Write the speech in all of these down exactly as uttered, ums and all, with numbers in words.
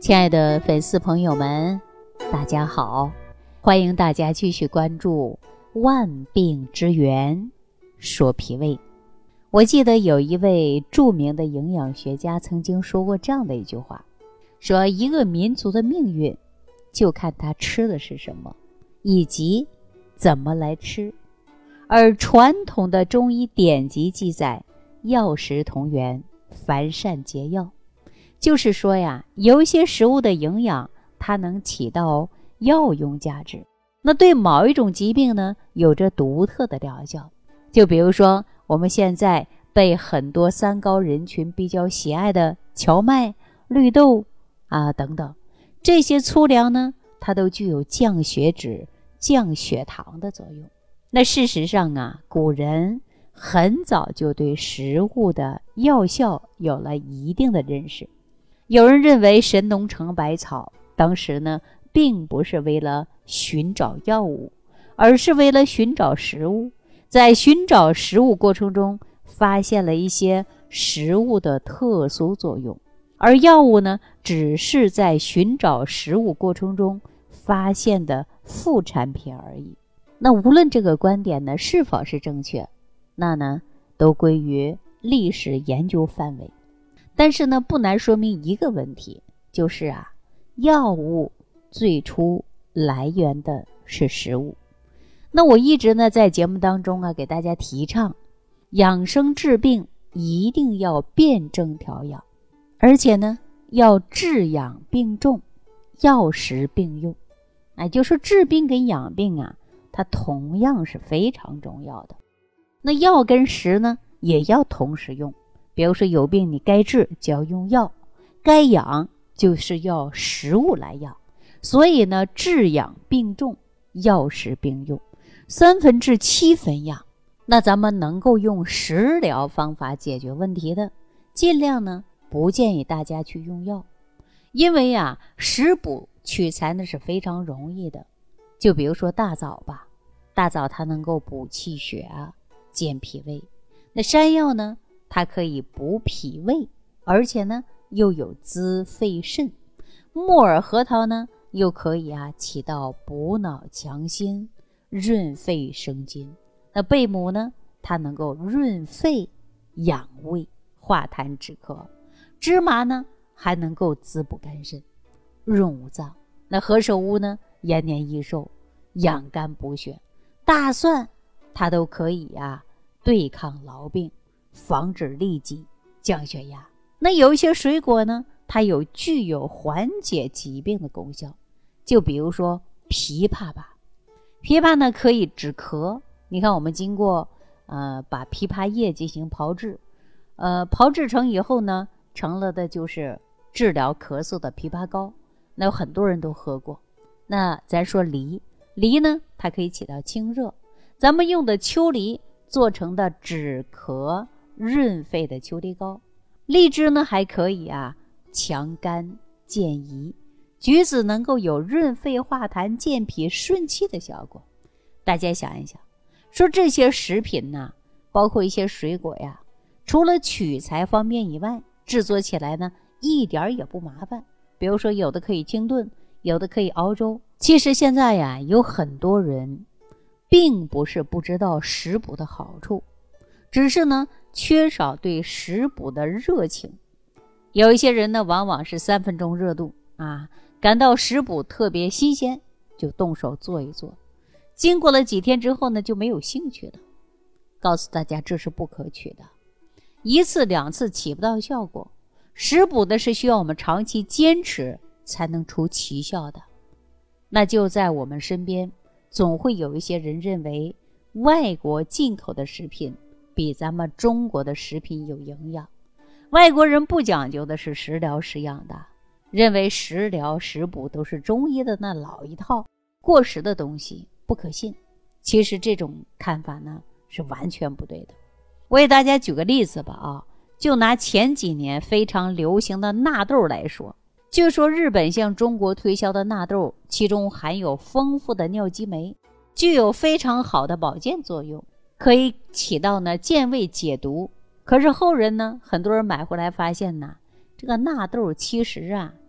亲爱的粉丝朋友们，大家好，欢迎大家继续关注万病之源说脾胃。我记得有一位著名的营养学家曾经说过这样的一句话，说一个民族的命运就看他吃的是什么，以及怎么来吃。而传统的中医典籍记载，药食同源，凡善皆药，就是说呀，有一些食物的营养它能起到药用价值，那对某一种疾病呢有着独特的疗效。就比如说我们现在被很多三高人群比较喜爱的荞麦、绿豆啊等等，这些粗粮呢它都具有降血脂、降血糖的作用。那事实上啊，古人很早就对食物的药效有了一定的认识。有人认为神农尝百草当时呢并不是为了寻找药物，而是为了寻找食物，在寻找食物过程中发现了一些食物的特殊作用，而药物呢只是在寻找食物过程中发现的副产品而已。那无论这个观点呢是否是正确，那呢都归于历史研究范围。但是呢不难说明一个问题，就是啊，药物最初来源的是食物。那我一直呢在节目当中啊给大家提倡，养生治病一定要辩证调养，而且呢要治养并重，药食并用。哎，就说治病跟养病啊，它同样是非常重要的。那药跟食呢也要同时用，比如说有病你该治就要用药，该养就是要食物来养。所以呢治养并重，药食并用，三分治七分养。那咱们能够用食疗方法解决问题的，尽量呢不建议大家去用药。因为啊食补取材呢是非常容易的。就比如说大枣吧，大枣它能够补气血啊，健脾胃。那山药呢它可以补脾胃，而且呢又有滋肺肾。木耳核桃呢又可以啊起到补脑强心、润肺生津。那贝母呢它能够润肺养胃、化痰止咳。芝麻呢还能够滋补肝肾、润五脏。那何首乌呢延年益寿、养肝补血。大蒜它都可以啊对抗痨病、防止痢疾、降血压。那有一些水果呢它有具有缓解疾病的功效，就比如说枇杷吧。枇杷呢可以止咳。你看我们经过呃把枇杷叶进行炮制，呃炮制成以后呢成了的就是治疗咳嗽的枇杷膏。那有很多人都喝过。那咱说梨，梨呢它可以起到清热，咱们用的秋梨做成的止咳润肺的秋梨膏。荔枝呢还可以啊强肝健胰。橘子能够有润肺化痰、健脾顺气的效果。大家想一想，说这些食品呢包括一些水果呀，除了取材方面以外，制作起来呢一点也不麻烦。比如说有的可以清炖，有的可以熬粥。其实现在呀有很多人并不是不知道食补的好处，只是呢缺少对食补的热情。有一些人呢往往是三分钟热度啊，感到食补特别新鲜就动手做一做，经过了几天之后呢就没有兴趣了。告诉大家这是不可取的，一次两次起不到效果，食补的是需要我们长期坚持才能出奇效的。那就在我们身边总会有一些人认为外国进口的食品比咱们中国的食品有营养。外国人不讲究的是食疗食养的，认为食疗食补都是中医的那老一套过时的东西，不可信。其实这种看法呢是完全不对的。我给大家举个例子吧啊，就拿前几年非常流行的纳豆来说，就说日本向中国推销的纳豆，其中含有丰富的尿激酶，具有非常好的保健作用，可以起到呢健胃解毒。可是后人呢，很多人买回来发现呢，这个纳豆其实啊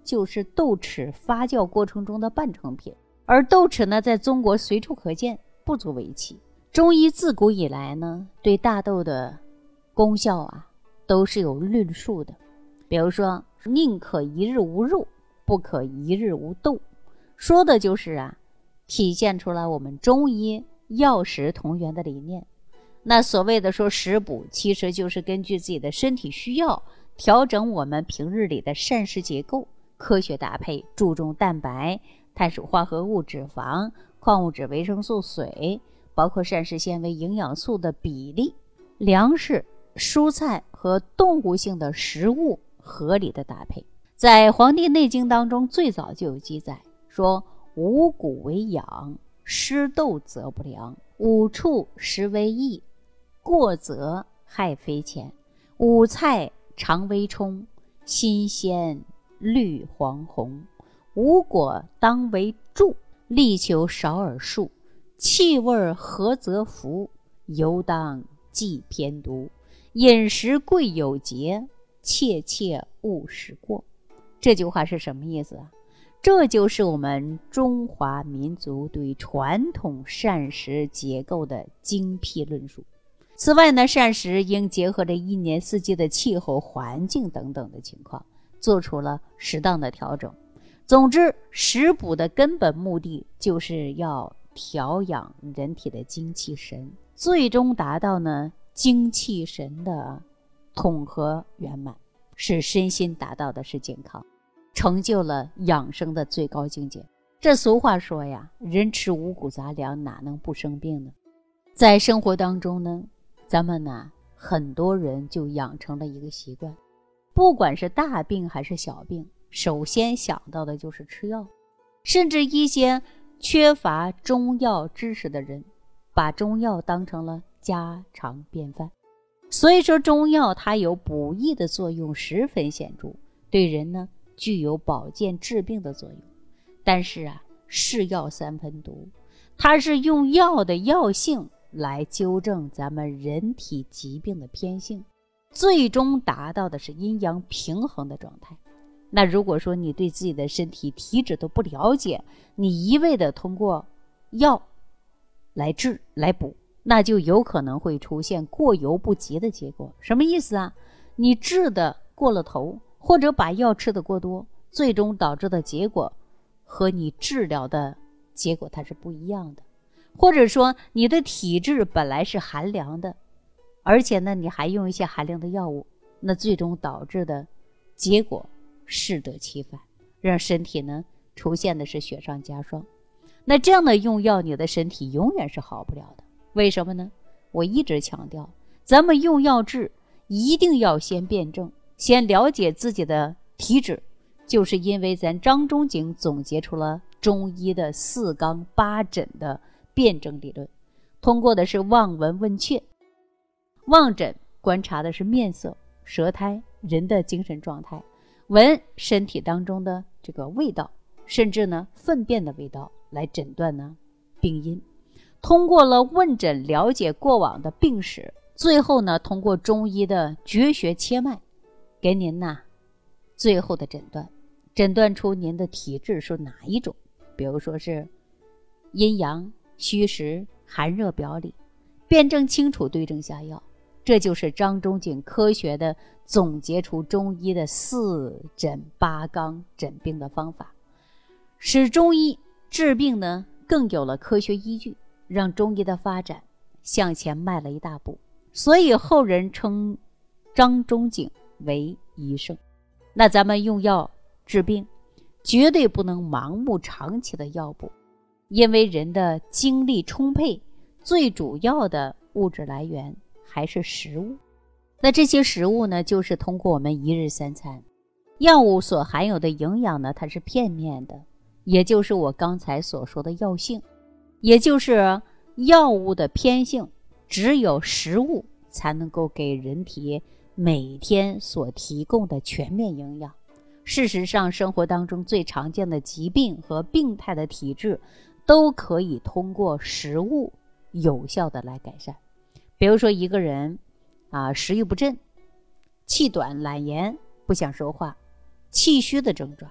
就是豆豉发酵过程中的半成品，而豆豉呢，在中国随处可见，不足为奇。中医自古以来呢，对大豆的功效啊，都是有论述的。比如说，宁可一日无肉，不可一日无豆，说的就是啊，体现出来我们中医药食同源的理念。那所谓的说食补，其实就是根据自己的身体需要，调整我们平日里的膳食结构，科学搭配，注重蛋白、碳水化合物、脂肪、矿物质、维生素、水，包括膳食纤维、营养素的比例，粮食、蔬菜和动物性的食物合理的搭配。在《黄帝内经》当中最早就有记载说，五谷为养，失豆则不良，五畜食为益，过则害非浅，五菜常为冲，新鲜绿黄红，五果当为助，力求少而数，气味和则服，犹当忌偏毒，饮食贵有节，切切勿食过。这句话是什么意思啊？这就是我们中华民族对传统膳食结构的精辟论述。此外呢，膳食应结合着一年四季的气候环境等等的情况，做出了适当的调整。总之，食补的根本目的就是要调养人体的精气神，最终达到呢精气神的统合圆满，使身心达到的是健康，成就了养生的最高境界。这俗话说呀，人吃五谷杂粮哪能不生病呢？在生活当中呢，咱们呢很多人就养成了一个习惯，不管是大病还是小病，首先想到的就是吃药。甚至一些缺乏中药知识的人，把中药当成了家常便饭。所以说中药它有补益的作用，十分显著，对人呢具有保健治病的作用。但是啊，是药三分毒，它是用药的药性来纠正咱们人体疾病的偏性，最终达到的是阴阳平衡的状态。那如果说你对自己的身体体质都不了解，你一味的通过药来治来补，那就有可能会出现过犹不及的结果。什么意思啊？你治的过了头，或者把药吃的过多，最终导致的结果和你治疗的结果它是不一样的。或者说你的体质本来是寒凉的，而且呢你还用一些寒凉的药物，那最终导致的结果适得其反，让身体呢出现的是雪上加霜。那这样的用药，你的身体永远是好不了的。为什么呢？我一直强调，咱们用药治一定要先辩证，先了解自己的体质，就是因为咱张仲景总结出了中医的四纲八诊的辩证理论，通过的是望闻问切。望诊观察的是面色、舌苔、人的精神状态，闻身体当中的这个味道，甚至呢粪便的味道，来诊断呢病因。通过了问诊了解过往的病史，最后呢通过中医的绝学切脉，给您呢最后的诊断，诊断出您的体质是哪一种，比如说是阴阳、虚实、寒热表里，辩证清楚，对症下药。这就是张仲景科学的总结出中医的四诊八纲诊病的方法，使中医治病呢更有了科学依据，让中医的发展向前迈了一大步。所以后人称张仲景为医圣。那咱们用药治病，绝对不能盲目长期的药补，因为人的精力充沛，最主要的物质来源还是食物。那这些食物呢，就是通过我们一日三餐，药物所含有的营养呢，它是片面的，也就是我刚才所说的药性，也就是药物的偏性，只有食物才能够给人体每天所提供的全面营养。事实上，生活当中最常见的疾病和病态的体质，都可以通过食物有效的来改善。比如说一个人啊，食欲不振、气短、懒言、不想说话、气虚的症状，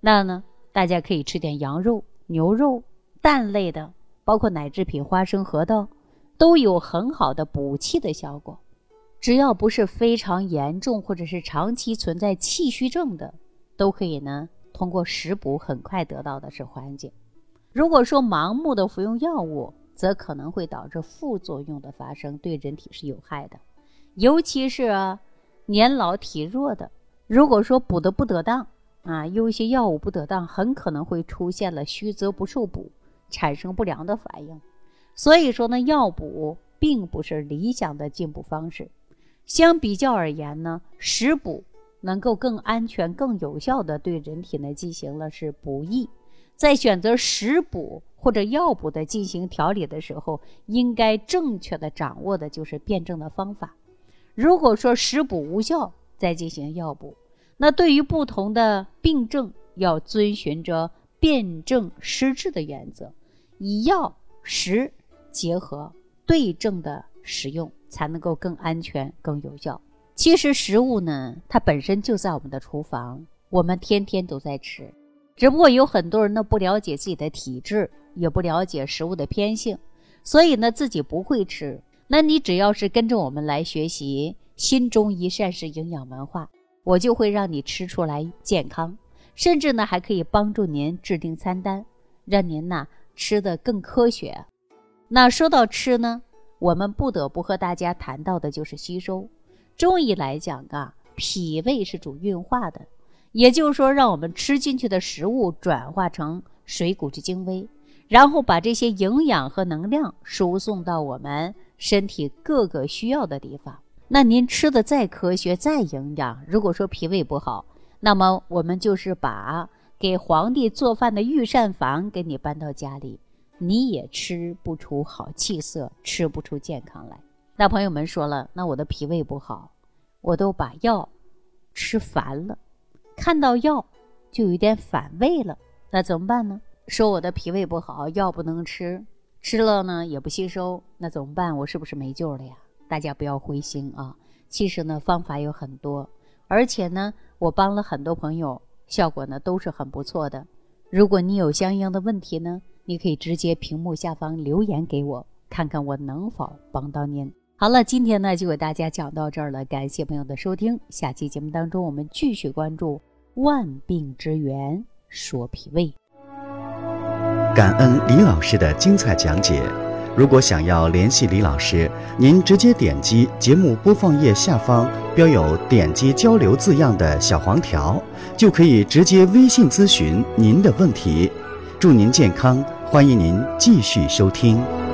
那呢，大家可以吃点羊肉、牛肉、蛋类的，包括奶制品、花生、核桃，都有很好的补气的效果。只要不是非常严重或者是长期存在气虚症的，都可以呢通过食补很快得到的是缓解。如果说盲目的服用药物，则可能会导致副作用的发生，对人体是有害的。尤其是啊年老体弱的，如果说补的不得当啊，有一些药物不得当，很可能会出现了虚则不受补，产生不良的反应。所以说呢，药补并不是理想的进补方式。相比较而言呢，食补能够更安全、更有效的对人体呢进行了是补益。在选择食补或者药补的进行调理的时候，应该正确的掌握的就是辩证的方法。如果说食补无效，再进行药补，那对于不同的病症，要遵循着辩证施治的原则，以药食结合，对症的使用，才能够更安全、更有效。其实食物呢，它本身就在我们的厨房，我们天天都在吃，只不过有很多人呢不了解自己的体质，也不了解食物的偏性，所以呢自己不会吃。那你只要是跟着我们来学习新中医膳食营养文化，我就会让你吃出来健康，甚至呢还可以帮助您制定餐单，让您呢吃得更科学。那说到吃呢，我们不得不和大家谈到的就是吸收。中医来讲啊，脾胃是主运化的，也就是说让我们吃进去的食物转化成水谷之精微，然后把这些营养和能量输送到我们身体各个需要的地方。那您吃的再科学再营养，如果说脾胃不好，那么我们就是把给皇帝做饭的御膳房给你搬到家里，你也吃不出好气色，吃不出健康来。那朋友们说了，那我的脾胃不好，我都把药吃烦了，看到药就有点反胃了，那怎么办呢？说我的脾胃不好，药不能吃，吃了呢也不吸收，那怎么办？我是不是没救了呀？大家不要灰心啊，其实呢方法有很多，而且呢我帮了很多朋友，效果呢都是很不错的。如果你有相应的问题呢，你可以直接屏幕下方留言给我，看看我能否帮到您。好了，今天呢就给大家讲到这儿了，感谢朋友的收听。下期节目当中，我们继续关注万病之源，说脾胃。 感恩李老师的精彩讲解。如果想要联系李老师，您直接点击节目播放页下方标有点击交流字样的小黄条，就可以直接微信咨询您的问题。祝您健康，欢迎您继续收听。